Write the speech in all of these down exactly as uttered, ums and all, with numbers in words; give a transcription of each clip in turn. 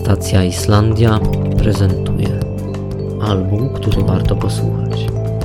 Stacja Islandia prezentuje album, który warto posłuchać.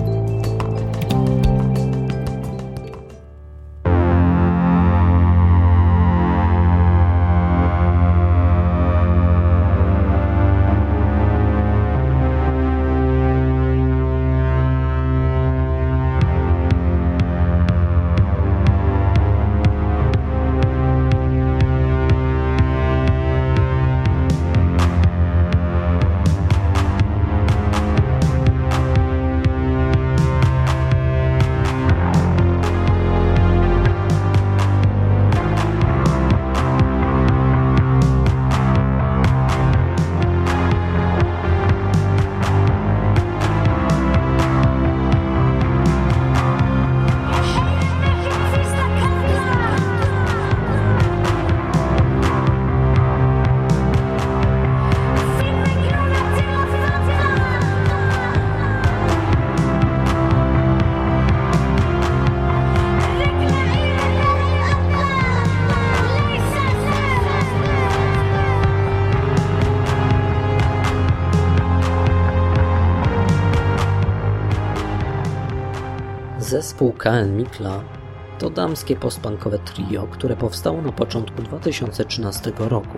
Zespół K N Mikla to damskie postpunkowe trio, które powstało na początku dwa tysiące trzynastego roku.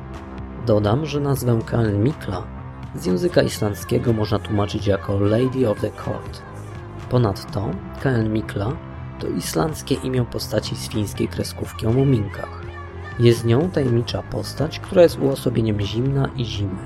Dodam, że nazwę K N Mikla z języka islandzkiego można tłumaczyć jako Lady of the Court. Ponadto K N Mikla to islandzkie imię postaci z fińskiej kreskówki o muminkach. Jest nią tajemnicza postać, która jest uosobieniem zimna i zimy.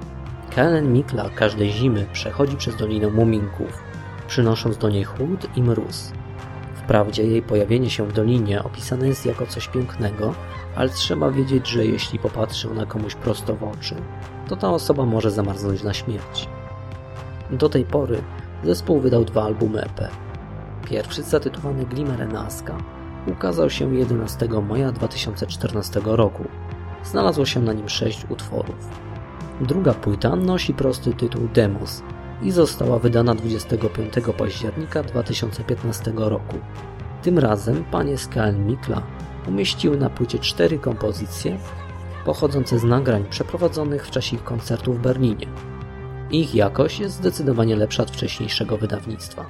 K N Mikla każdej zimy przechodzi przez Dolinę Muminków, przynosząc do niej chłód i mróz. Wprawdzie jej pojawienie się w dolinie opisane jest jako coś pięknego, ale trzeba wiedzieć, że jeśli popatrzy ona komuś prosto w oczy, to ta osoba może zamarznąć na śmierć. Do tej pory zespół wydał dwa albumy E P. Pierwszy, zatytułowany Glimmer Naska, ukazał się jedenastego maja dwa tysiące czternastego roku. Znalazło się na nim sześć utworów. Druga płyta nosi prosty tytuł Demos i została wydana dwudziestego piątego października dwa tysiące piętnastego roku. Tym razem panie z K N Mikla umieściły na płycie cztery kompozycje pochodzące z nagrań przeprowadzonych w czasie ich koncertu w Berlinie. Ich jakość jest zdecydowanie lepsza od wcześniejszego wydawnictwa.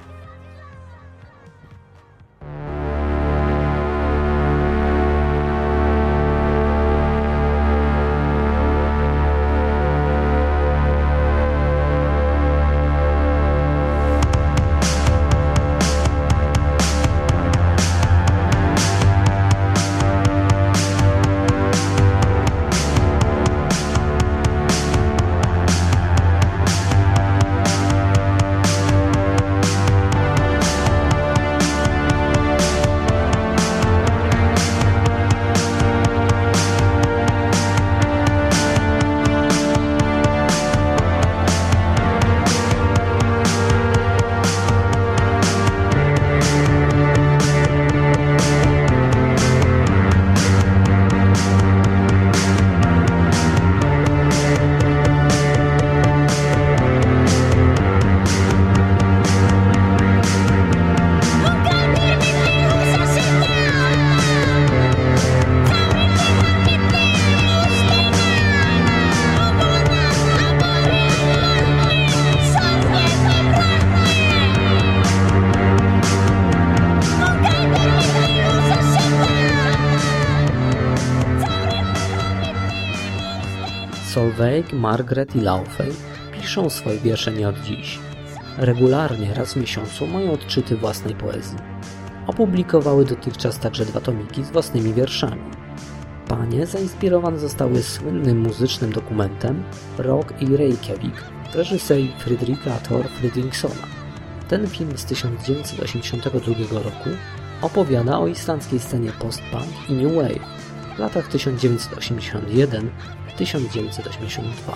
Solveig, Margaret i Laufey piszą swoje wiersze nie od dziś. Regularnie raz w miesiącu mają odczyty własnej poezji. Opublikowały dotychczas także dwa tomiki z własnymi wierszami. Panie zainspirowane zostały słynnym muzycznym dokumentem Rock i Reykjavik reżyserii Fredrika Thor Fredrikssona. Ten film z tysiąc dziewięćset osiemdziesiątego drugiego roku opowiada o islandzkiej scenie post-punk i new wave w latach tysiąc dziewięćset osiemdziesiąt jeden do tysiąc dziewięćset osiemdziesiąt dwa.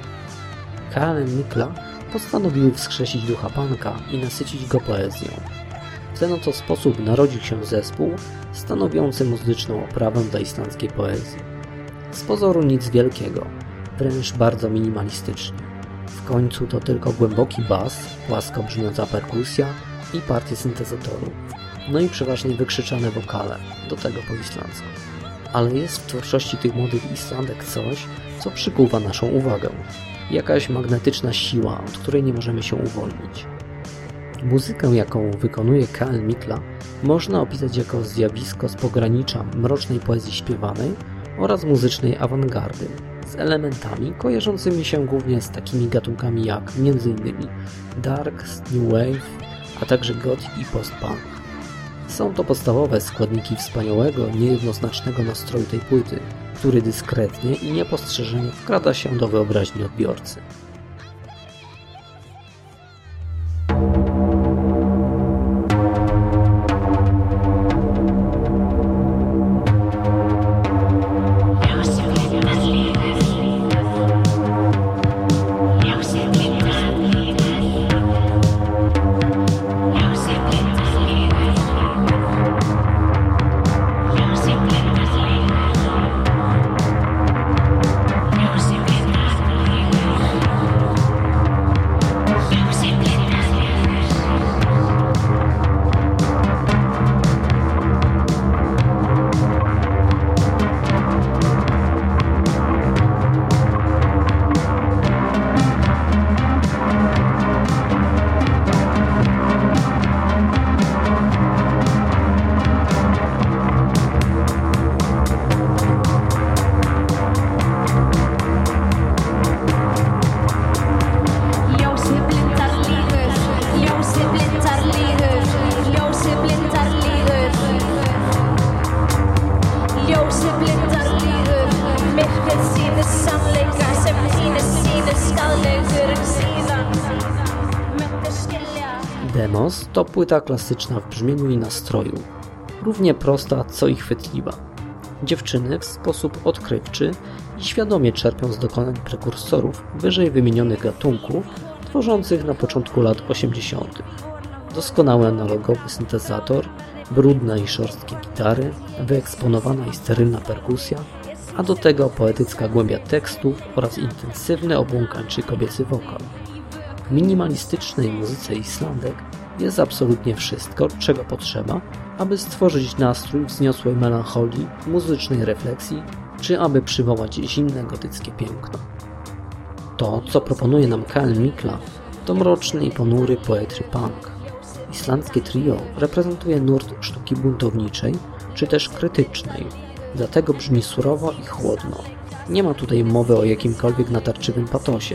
K N Mikla postanowiły wskrzesić ducha punka i nasycić go poezją. W ten oto sposób narodził się zespół stanowiący muzyczną oprawę dla islandzkiej poezji. Z pozoru nic wielkiego, wręcz bardzo minimalistycznie. W końcu to tylko głęboki bas, płasko brzmiąca perkusja i partie syntezatorów. No i przeważnie wykrzyczane wokale, do tego po islandzku. Ale jest w twórczości tych młodych Islandek coś, co przykuwa naszą uwagę. Jakaś magnetyczna siła, od której nie możemy się uwolnić. Muzykę, jaką wykonuje Kael Mikla, można opisać jako zjawisko z pogranicza mrocznej poezji śpiewanej oraz muzycznej awangardy, z elementami kojarzącymi się głównie z takimi gatunkami jak między innymi dark, new wave, a także gothic i post-punk. Są to podstawowe składniki wspaniałego, niejednoznacznego nastroju tej płyty, który dyskretnie i niepostrzeżenie wkrada się do wyobraźni odbiorcy. Demos to płyta klasyczna w brzmieniu i nastroju, równie prosta co i chwytliwa. Dziewczyny w sposób odkrywczy i świadomie czerpią z dokonań prekursorów wyżej wymienionych gatunków tworzących na początku lat osiemdziesiątych. Doskonały analogowy syntezator, brudne i szorstkie gitary, wyeksponowana i sterylna perkusja, a do tego poetycka głębia tekstów oraz intensywny, obłąkańczy kobiecy wokal. W minimalistycznej muzyce Islandek jest absolutnie wszystko, czego potrzeba, aby stworzyć nastrój wzniosłej melancholii, muzycznej refleksji, czy aby przywołać zimne gotyckie piękno. To, co proponuje nam Kael Mikla, to mroczny i ponury poetry punk. Islandzkie trio reprezentuje nurt sztuki buntowniczej, czy też krytycznej, dlatego brzmi surowo i chłodno. Nie ma tutaj mowy o jakimkolwiek natarczywym patosie.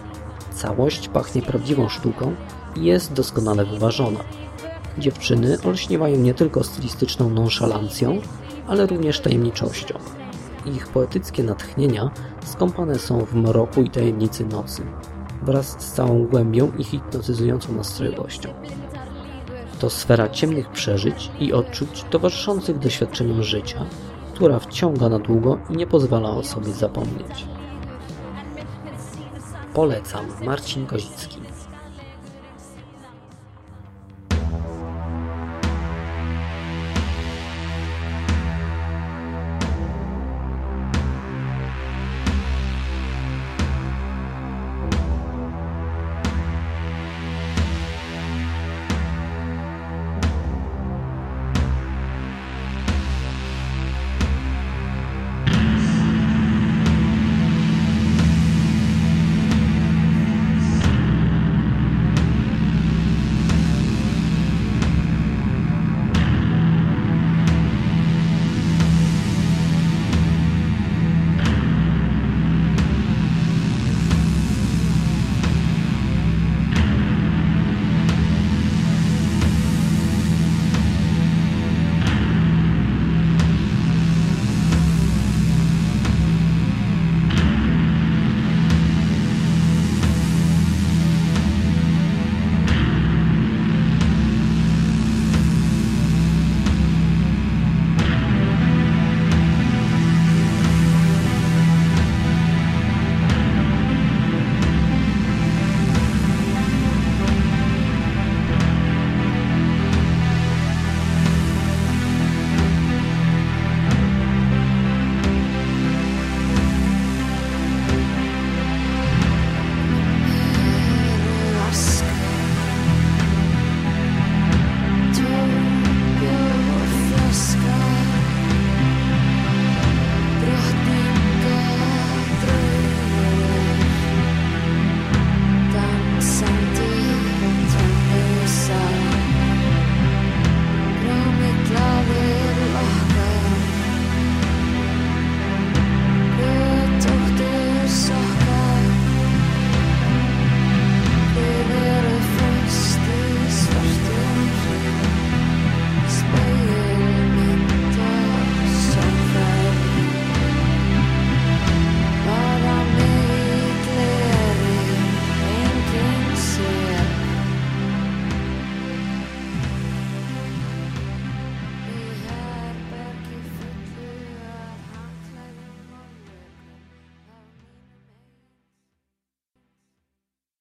Całość pachnie prawdziwą sztuką i jest doskonale wyważona. Dziewczyny olśniewają nie tylko stylistyczną nonszalancją, ale również tajemniczością. Ich poetyckie natchnienia skąpane są w mroku i tajemnicy nocy, wraz z całą głębią i hipnotyzującą nastrojowością. To sfera ciemnych przeżyć i odczuć towarzyszących doświadczeniom życia, która wciąga na długo i nie pozwala o sobie zapomnieć. Polecam. Marcin Kozicki.